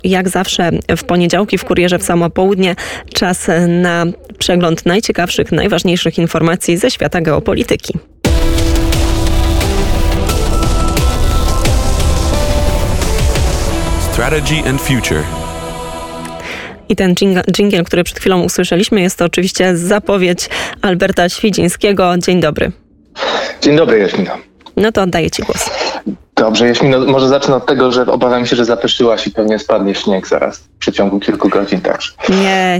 Jak zawsze w poniedziałki w Kurierze w samo południe czas na przegląd najciekawszych, najważniejszych informacji ze świata geopolityki. Strategy and Future. I ten dżingiel, który przed chwilą usłyszeliśmy, jest to oczywiście zapowiedź Alberta Świdzińskiego. Dzień dobry. Dzień dobry, Jaśmino. No to oddaję Ci głos. Dobrze, Jaśmino, może zacznę od tego, że obawiam się, że zapeszyłaś i pewnie spadnie śnieg zaraz w przeciągu kilku godzin. Także. Nie.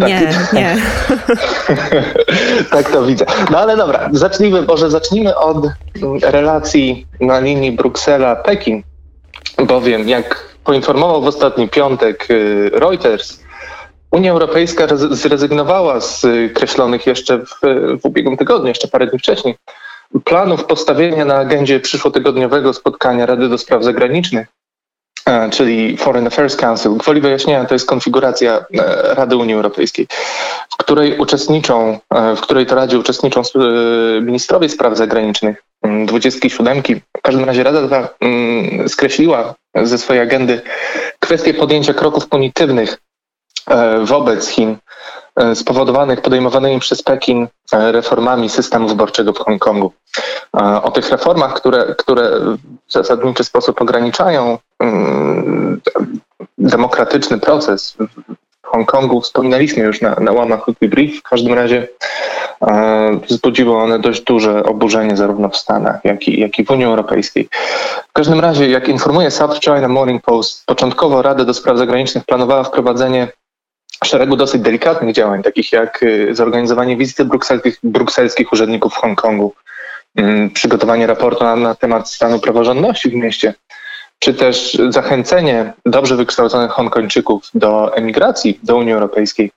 Tak to widzę. No ale dobra, zacznijmy od relacji na linii Bruksela-Pekin, bowiem jak poinformował w ostatni piątek Reuters, Unia Europejska zrezygnowała z kreślonych jeszcze w ubiegłym tygodniu, jeszcze parę dni wcześniej, planów postawienia na agendzie przyszłotygodniowego spotkania Rady do Spraw Zagranicznych, czyli Foreign Affairs Council. Gwoli wyjaśnienia, to jest konfiguracja Rady Unii Europejskiej, w której to Radzie uczestniczą ministrowie spraw zagranicznych 27. W każdym razie Rada ta skreśliła ze swojej agendy kwestię podjęcia kroków punitywnych wobec Chin spowodowanych podejmowanymi przez Pekin reformami systemu wyborczego w Hongkongu. O tych reformach, które w zasadniczy sposób ograniczają demokratyczny proces w Hongkongu, wspominaliśmy już na łamach Weekly Brief. W każdym razie wzbudziły one dość duże oburzenie zarówno w Stanach, jak i w Unii Europejskiej. W każdym razie, jak informuje South China Morning Post, początkowo Rada do Spraw Zagranicznych planowała wprowadzenie szeregu dosyć delikatnych działań, takich jak zorganizowanie wizyty brukselskich urzędników w Hongkongu, przygotowanie raportu na temat stanu praworządności w mieście, czy też zachęcenie dobrze wykształconych Hongkończyków do emigracji do Unii Europejskiej.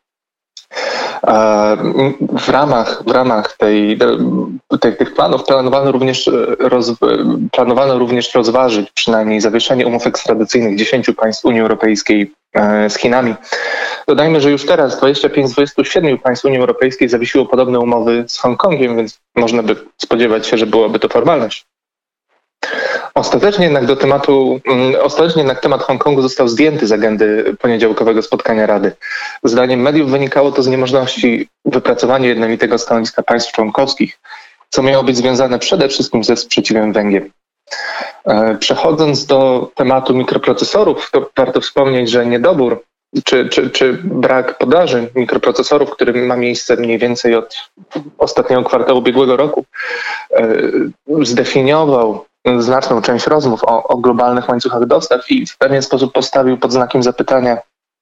W ramach tych planów planowano również rozważyć przynajmniej zawieszenie umów ekstradycyjnych 10 państw Unii Europejskiej z Chinami. Dodajmy, że już teraz 25 z 27 państw Unii Europejskiej zawiesiło podobne umowy z Hongkongiem, więc można by spodziewać się, że byłaby to formalność. Ostatecznie jednak temat Hongkongu został zdjęty z agendy poniedziałkowego spotkania Rady. Zdaniem mediów wynikało to z niemożności wypracowania jednolitego stanowiska państw członkowskich, co miało być związane przede wszystkim ze sprzeciwem Węgier. Przechodząc do tematu mikroprocesorów, to warto wspomnieć, że niedobór czy brak podaży mikroprocesorów, który ma miejsce mniej więcej od ostatniego kwartału ubiegłego roku, zdefiniował znaczną część rozmów o globalnych łańcuchach dostaw i w pewien sposób postawił pod znakiem zapytania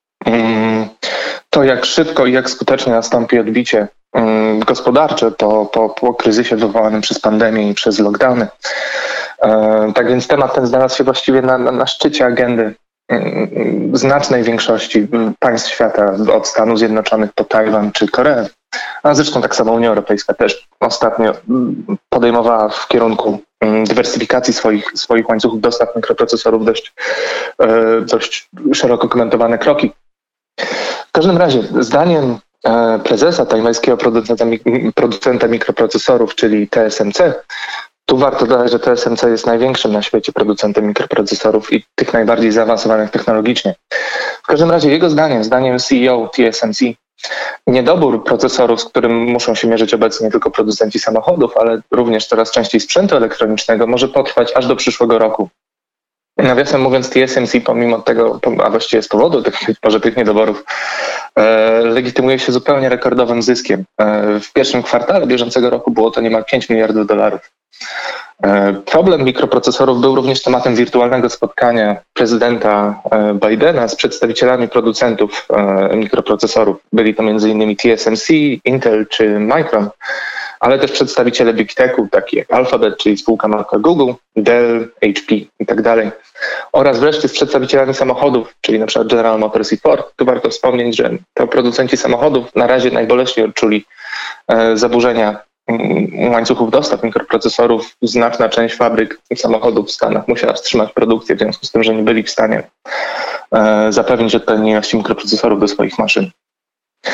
to, jak szybko i jak skutecznie nastąpi odbicie gospodarcze po kryzysie wywołanym przez pandemię i przez lockdowny. Tak więc temat ten znalazł się właściwie na szczycie agendy znacznej większości państw świata, od Stanów Zjednoczonych po Tajwan czy Koreę. A zresztą tak samo Unia Europejska też ostatnio podejmowała w kierunku dywersyfikacji swoich łańcuchów dostaw mikroprocesorów dość szeroko komentowane kroki. W każdym razie, zdaniem prezesa tajwańskiego producenta mikroprocesorów, czyli TSMC, tu warto dodać, że TSMC jest największym na świecie producentem mikroprocesorów i tych najbardziej zaawansowanych technologicznie. W każdym razie jego zdaniem CEO TSMC, niedobór procesorów, z którym muszą się mierzyć obecnie nie tylko producenci samochodów, ale również coraz częściej sprzętu elektronicznego, może potrwać aż do przyszłego roku. Nawiasem mówiąc, TSMC pomimo tego, a właściwie z powodu tych niedoborów, legitymuje się zupełnie rekordowym zyskiem. W pierwszym kwartale bieżącego roku było to niemal $5 miliardów. Problem mikroprocesorów był również tematem wirtualnego spotkania prezydenta Bidena z przedstawicielami producentów mikroprocesorów. Byli to m.in. TSMC, Intel czy Micron, ale też przedstawiciele Big Techu, takie jak Alphabet, czyli spółka matka Google, Dell, HP i tak dalej. Oraz wreszcie z przedstawicielami samochodów, czyli na przykład General Motors i Ford. Tu warto wspomnieć, że to producenci samochodów na razie najboleśniej odczuli zaburzenia łańcuchów dostaw mikroprocesorów. Znaczna część fabryk samochodów w Stanach musiała wstrzymać produkcję w związku z tym, że nie byli w stanie zapewnić odpowiedniej ilości mikroprocesorów do swoich maszyn.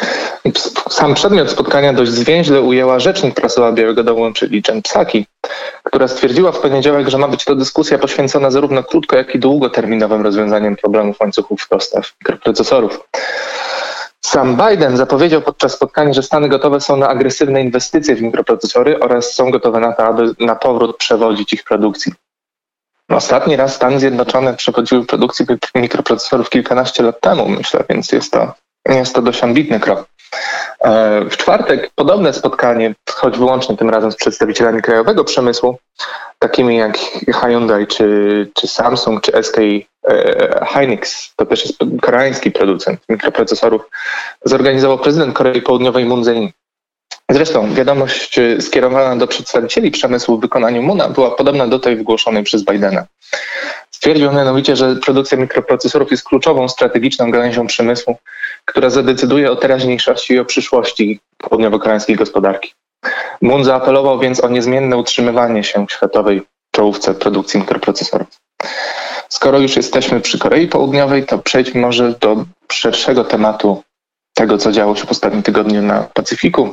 Sam przedmiot spotkania dość zwięźle ujęła rzecznik prasowa Białego Domu, czyli Jen Psaki, która stwierdziła w poniedziałek, że ma być to dyskusja poświęcona zarówno krótko, jak i długoterminowym rozwiązaniom problemów łańcuchów dostaw mikroprocesorów. Sam Biden zapowiedział podczas spotkania, że Stany gotowe są na agresywne inwestycje w mikroprocesory oraz są gotowe na to, aby na powrót przewodzić ich produkcji. Ostatni raz Stany Zjednoczone przewodziły produkcję mikroprocesorów kilkanaście lat temu, myślę, więc jest to dość ambitny krok. W czwartek podobne spotkanie, choć wyłącznie tym razem z przedstawicielami krajowego przemysłu, takimi jak Hyundai, czy Samsung, czy SK Hynix, to też jest koreański producent mikroprocesorów, zorganizował prezydent Korei Południowej Moon Jae-in. Zresztą wiadomość skierowana do przedstawicieli przemysłu w wykonaniu Moona była podobna do tej wygłoszonej przez Bidena. Stwierdził mianowicie, że produkcja mikroprocesorów jest kluczową strategiczną gałęzią przemysłu, która zadecyduje o teraźniejszości i o przyszłości południowo-koreańskiej gospodarki. Moon zaapelował więc o niezmienne utrzymywanie się w światowej czołówce produkcji mikroprocesorów. Skoro już jesteśmy przy Korei Południowej, to przejdźmy może do szerszego tematu tego, co działo się w ostatnim tygodniu na Pacyfiku.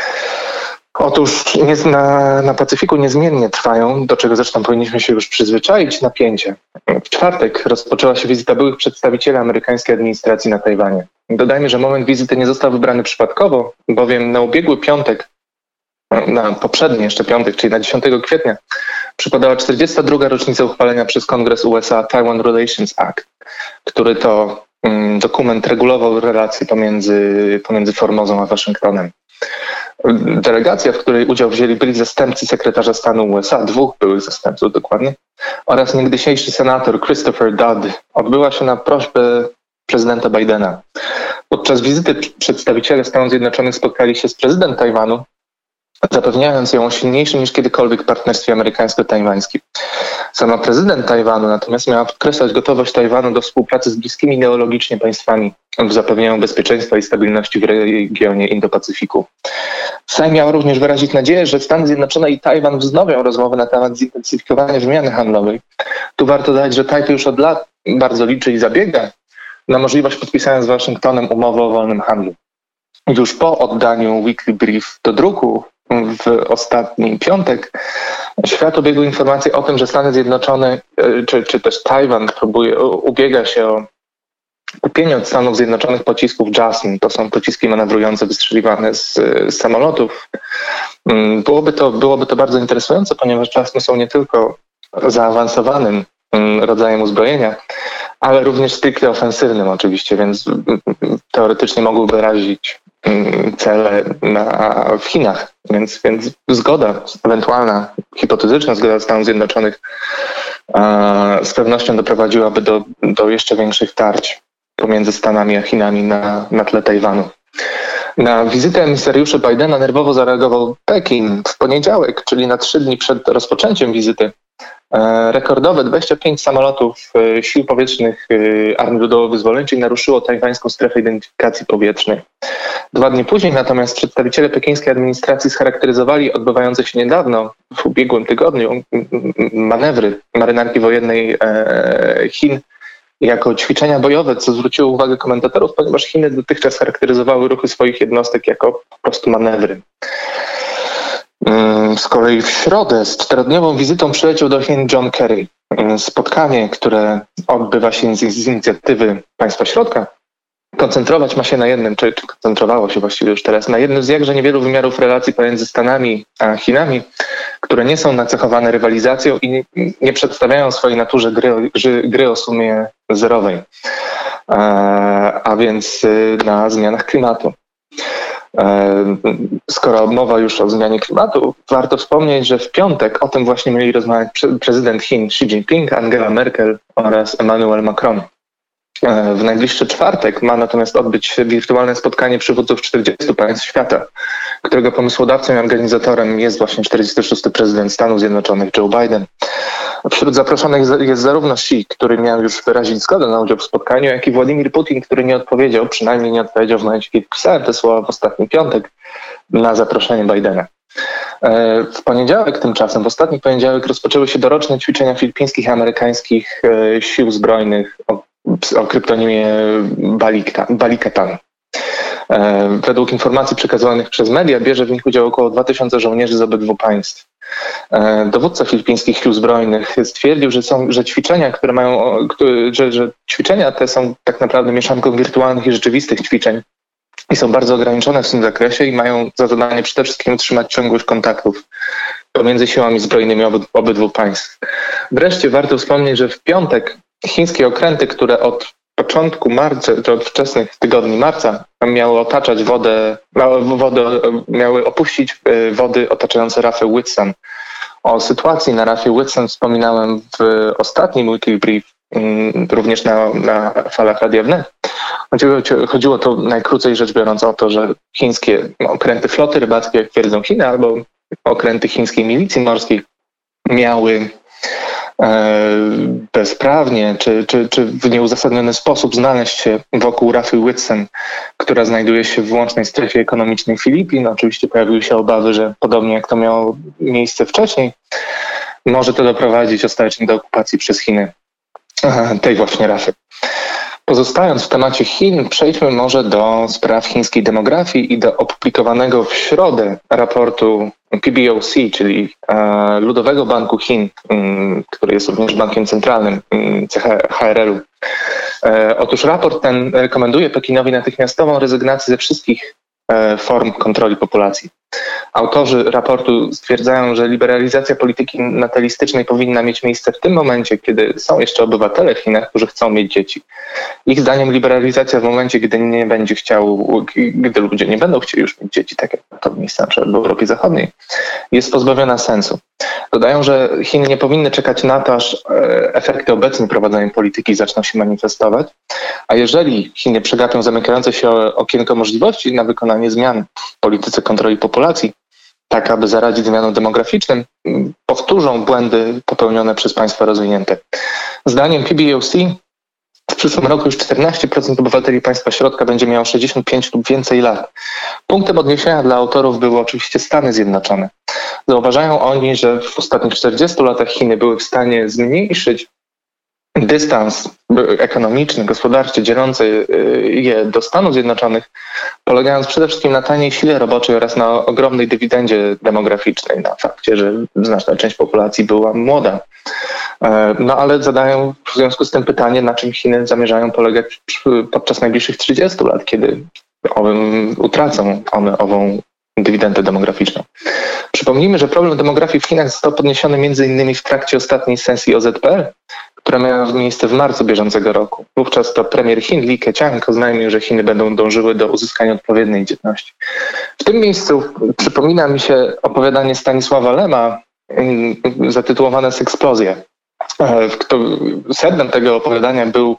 Otóż na Pacyfiku niezmiennie trwają, do czego zresztą powinniśmy się już przyzwyczaić, napięcie. W czwartek rozpoczęła się wizyta byłych przedstawicieli amerykańskiej administracji na Tajwanie. Dodajmy, że moment wizyty nie został wybrany przypadkowo, bowiem na ubiegły piątek, na poprzedni jeszcze piątek, czyli na 10 kwietnia, przypadała 42. rocznica uchwalenia przez Kongres USA Taiwan Relations Act, który to dokument regulował relacje pomiędzy Formozą a Waszyngtonem. Delegacja, w której udział wzięli byli zastępcy sekretarza stanu USA, 2 byłych zastępców dokładnie, oraz niegdysiejszy senator Christopher Dodd, odbyła się na prośbę prezydenta Bidena. Podczas wizyty przedstawiciele Stanów Zjednoczonych spotkali się z prezydentem Tajwanu, zapewniając ją o silniejszym niż kiedykolwiek partnerstwie amerykańsko-tajwańskim. Sama prezydent Tajwanu natomiast miała podkreślać gotowość Tajwanu do współpracy z bliskimi ideologicznie państwami w zapewnianiu bezpieczeństwa i stabilności w regionie Indo-Pacyfiku. Sejm miał również wyrazić nadzieję, że Stany Zjednoczone i Tajwan wznowią rozmowy na temat zintensyfikowania wymiany handlowej. Tu warto dodać, że Tajwan już od lat bardzo liczy i zabiega na możliwość podpisania z Waszyngtonem umowy o wolnym handlu. Już po oddaniu Weekly Brief do druku w ostatni piątek świat obiegły informacje o tym, że Stany Zjednoczone czy też Tajwan ubiega się o kupienie od Stanów Zjednoczonych pocisków Javelin. To są pociski manewrujące wystrzeliwane z samolotów. Byłoby to bardzo interesujące, ponieważ Javelin są nie tylko zaawansowanym rodzajem uzbrojenia, ale również stricte ofensywnym oczywiście, więc teoretycznie mogłyby razić cele w Chinach, więc zgoda, ewentualna, hipotetyczna zgoda Stanów Zjednoczonych z pewnością doprowadziłaby do jeszcze większych tarć pomiędzy Stanami a Chinami na tle Tajwanu. Na wizytę emisariuszy Bidena nerwowo zareagował Pekin w poniedziałek, czyli na 3 dni przed rozpoczęciem wizyty. Rekordowe 25 samolotów Sił Powietrznych Armii Ludowo-Wyzwoleńczej naruszyło tajwańską strefę identyfikacji powietrznej. 2 dni później natomiast przedstawiciele pekińskiej administracji scharakteryzowali odbywające się niedawno, w ubiegłym tygodniu, manewry marynarki wojennej Chin jako ćwiczenia bojowe, co zwróciło uwagę komentatorów, ponieważ Chiny dotychczas charakteryzowały ruchy swoich jednostek jako po prostu manewry. Z kolei w środę z 4-dniową wizytą przyleciał do Chin John Kerry. Spotkanie, które odbywa się z inicjatywy państwa środka, koncentrować ma się na jednym, czy koncentrowało się właściwie już teraz, na jednym z jakże niewielu wymiarów relacji pomiędzy Stanami a Chinami, które nie są nacechowane rywalizacją i nie przedstawiają w swojej naturze gry o sumie zerowej, a więc na zmianach klimatu. Skoro mowa już o zmianie klimatu, warto wspomnieć, że w piątek o tym właśnie mieli rozmawiać prezydent Chin Xi Jinping, Angela Merkel oraz Emmanuel Macron. W najbliższy czwartek ma natomiast odbyć się wirtualne spotkanie przywódców 40 państw świata, którego pomysłodawcą i organizatorem jest właśnie 46. prezydent Stanów Zjednoczonych Joe Biden. Wśród zaproszonych jest zarówno Xi, który miał już wyrazić zgodę na udział w spotkaniu, jak i Władimir Putin, który nie odpowiedział, przynajmniej nie odpowiedział w momencie, kiedy pisałem te słowa w ostatni piątek, na zaproszenie Bidena. W poniedziałek tymczasem, w ostatni poniedziałek rozpoczęły się doroczne ćwiczenia filipińskich i amerykańskich sił zbrojnych o kryptonimie Balikatan. Według informacji przekazywanych przez media bierze w nich udział około 2000 żołnierzy z obydwu państw. Dowódca filipińskich sił zbrojnych stwierdził, że ćwiczenia, że ćwiczenia te są tak naprawdę mieszanką wirtualnych i rzeczywistych ćwiczeń i są bardzo ograniczone w tym zakresie i mają za zadanie przede wszystkim utrzymać ciągłość kontaktów pomiędzy siłami zbrojnymi obydwu państw. Wreszcie warto wspomnieć, że w piątek chińskie okręty, które od początku marca, czy od wczesnych tygodni marca miały otaczać miały opuścić wody otaczające rafę Wheatstone. O sytuacji na rafie Wheatstone wspominałem w ostatnim Weekly Brief, również na falach Radia Wnet. Chodziło to najkrócej rzecz biorąc o to, że chińskie okręty floty rybackiej, jak twierdzą Chiny, albo okręty chińskiej milicji morskiej miały bezprawnie czy w nieuzasadniony sposób znaleźć się wokół rafy Wheatstone, która znajduje się w wyłącznej strefie ekonomicznej Filipin. Oczywiście pojawiły się obawy, że podobnie jak to miało miejsce wcześniej, może to doprowadzić ostatecznie do okupacji przez Chiny tej właśnie rafy. Pozostając w temacie Chin, przejdźmy może do spraw chińskiej demografii i do opublikowanego w środę raportu PBOC, czyli Ludowego Banku Chin, który jest również bankiem centralnym CHRL-u. Otóż raport ten rekomenduje Pekinowi natychmiastową rezygnację ze wszystkich form kontroli populacji. Autorzy raportu stwierdzają, że liberalizacja polityki natalistycznej powinna mieć miejsce w tym momencie, kiedy są jeszcze obywatele w Chinach, którzy chcą mieć dzieci. Ich zdaniem liberalizacja w momencie, gdy ludzie nie będą chcieli już mieć dzieci, tak jak to miejsce na przykład w Europie Zachodniej, jest pozbawiona sensu. Dodają, że Chiny nie powinny czekać na to, aż efekty obecnie prowadzonej polityki zaczną się manifestować, a jeżeli Chiny przegapią zamykające się okienko możliwości na wykonanie zmian w polityce kontroli populacji, tak aby zaradzić zmianom demograficznym, powtórzą błędy popełnione przez państwa rozwinięte. Zdaniem PBOC w przyszłym roku już 14% obywateli państwa środka będzie miało 65 lub więcej lat. Punktem odniesienia dla autorów były oczywiście Stany Zjednoczone. Zauważają oni, że w ostatnich 40 latach Chiny były w stanie zmniejszyć dystans ekonomiczny, gospodarczy dzielący je do Stanów Zjednoczonych, polegając przede wszystkim na taniej sile roboczej oraz na ogromnej dywidendzie demograficznej, na fakcie, że znaczna część populacji była młoda. No ale zadają w związku z tym pytanie, na czym Chiny zamierzają polegać podczas najbliższych 30 lat, kiedy utracą one ową dywidendę demograficzną. Przypomnijmy, że problem demografii w Chinach został podniesiony m.in. w trakcie ostatniej sesji OZPR, która miała miejsce w marcu bieżącego roku. Wówczas to premier Chin Li Keqiang oznajmił, że Chiny będą dążyły do uzyskania odpowiedniej dzietności. W tym miejscu przypomina mi się opowiadanie Stanisława Lema zatytułowane Seksplozja. Sednem tego opowiadania był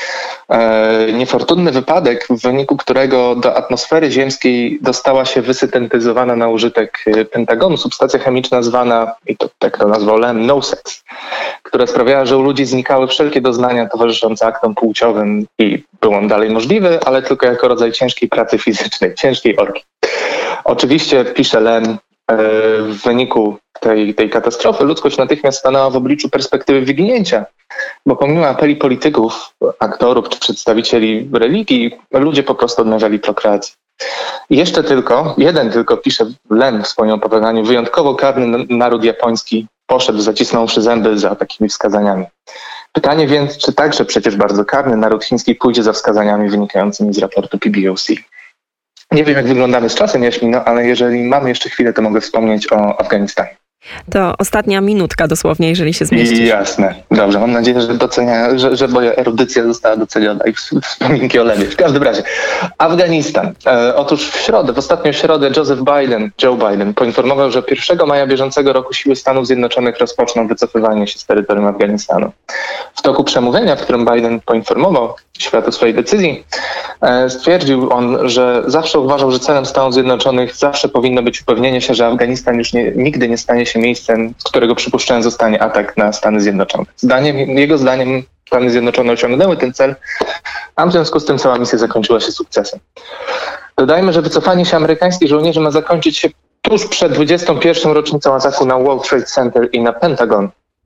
niefortunny wypadek, w wyniku którego do atmosfery ziemskiej dostała się wysyntetyzowana na użytek Pentagonu substancja chemiczna zwana, i to tak to nazwał Lem, no sex, która sprawiała, że u ludzi znikały wszelkie doznania towarzyszące aktom płciowym i był on dalej możliwy, ale tylko jako rodzaj ciężkiej pracy fizycznej, ciężkiej orgi. Oczywiście, pisze Lem, w wyniku tej katastrofy ludzkość natychmiast stanęła w obliczu perspektywy wyginięcia, bo pomimo apeli polityków, aktorów czy przedstawicieli religii, ludzie po prostu odmawiali prokreacji. I jeszcze jeden tylko, pisze Lem w swoim opowiadaniu, wyjątkowo karny naród japoński poszedł, zacisnąwszy zęby za takimi wskazaniami. Pytanie więc, czy także przecież bardzo karny naród chiński pójdzie za wskazaniami wynikającymi z raportu PBOC. Nie wiem, jak wyglądamy z czasem, Jaśmino, ale jeżeli mamy jeszcze chwilę, to mogę wspomnieć o Afganistanie. To ostatnia minutka dosłownie, jeżeli się zmieścisz. Jasne. Dobrze, mam nadzieję, że moja erudycja została doceniona i wspominki o Lemie. W każdym razie, Afganistan. Otóż w ostatnią środę Joe Biden poinformował, że 1 maja bieżącego roku siły Stanów Zjednoczonych rozpoczną wycofywanie się z terytorium Afganistanu. W toku przemówienia, w którym Biden poinformował świat o swojej decyzji, stwierdził on, że zawsze uważał, że celem Stanów Zjednoczonych zawsze powinno być upewnienie się, że Afganistan już nigdy nie stanie się miejscem, z którego przypuszczalny zostanie atak na Stany Zjednoczone. Jego zdaniem Stany Zjednoczone osiągnęły ten cel, a w związku z tym cała misja zakończyła się sukcesem. Dodajmy, że wycofanie się amerykańskich żołnierzy ma zakończyć się tuż przed 21. rocznicą ataku na World Trade Center i na Pentagon.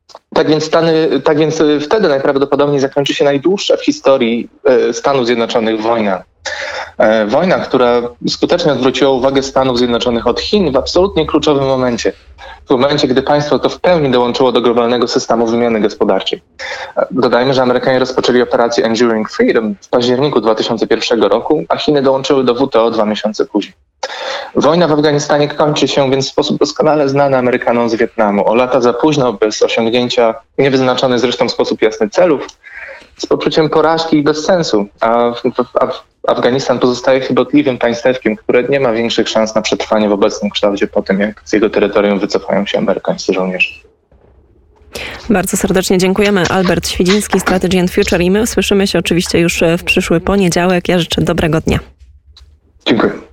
Tak więc wtedy najprawdopodobniej zakończy się najdłuższa w historii Stanów Zjednoczonych wojna. Wojna, która skutecznie odwróciła uwagę Stanów Zjednoczonych od Chin w absolutnie kluczowym momencie. W momencie, gdy państwo to w pełni dołączyło do globalnego systemu wymiany gospodarczej. Dodajmy, że Amerykanie rozpoczęli operację Enduring Freedom w październiku 2001 roku, a Chiny dołączyły do WTO 2 miesiące później. Wojna w Afganistanie kończy się więc w sposób doskonale znany Amerykanom z Wietnamu. O lata za późno, bez osiągnięcia niewyznaczonych zresztą w sposób jasny celów, z poczuciem porażki i bezsensu, a Afganistan pozostaje chybotliwym państewkiem, które nie ma większych szans na przetrwanie w obecnym kształcie po tym, jak z jego terytorium wycofają się amerykańscy żołnierze. Bardzo serdecznie dziękujemy. Albert Świdziński, Strategy and Future, i my usłyszymy się oczywiście już w przyszły poniedziałek. Ja życzę dobrego dnia. Dziękuję.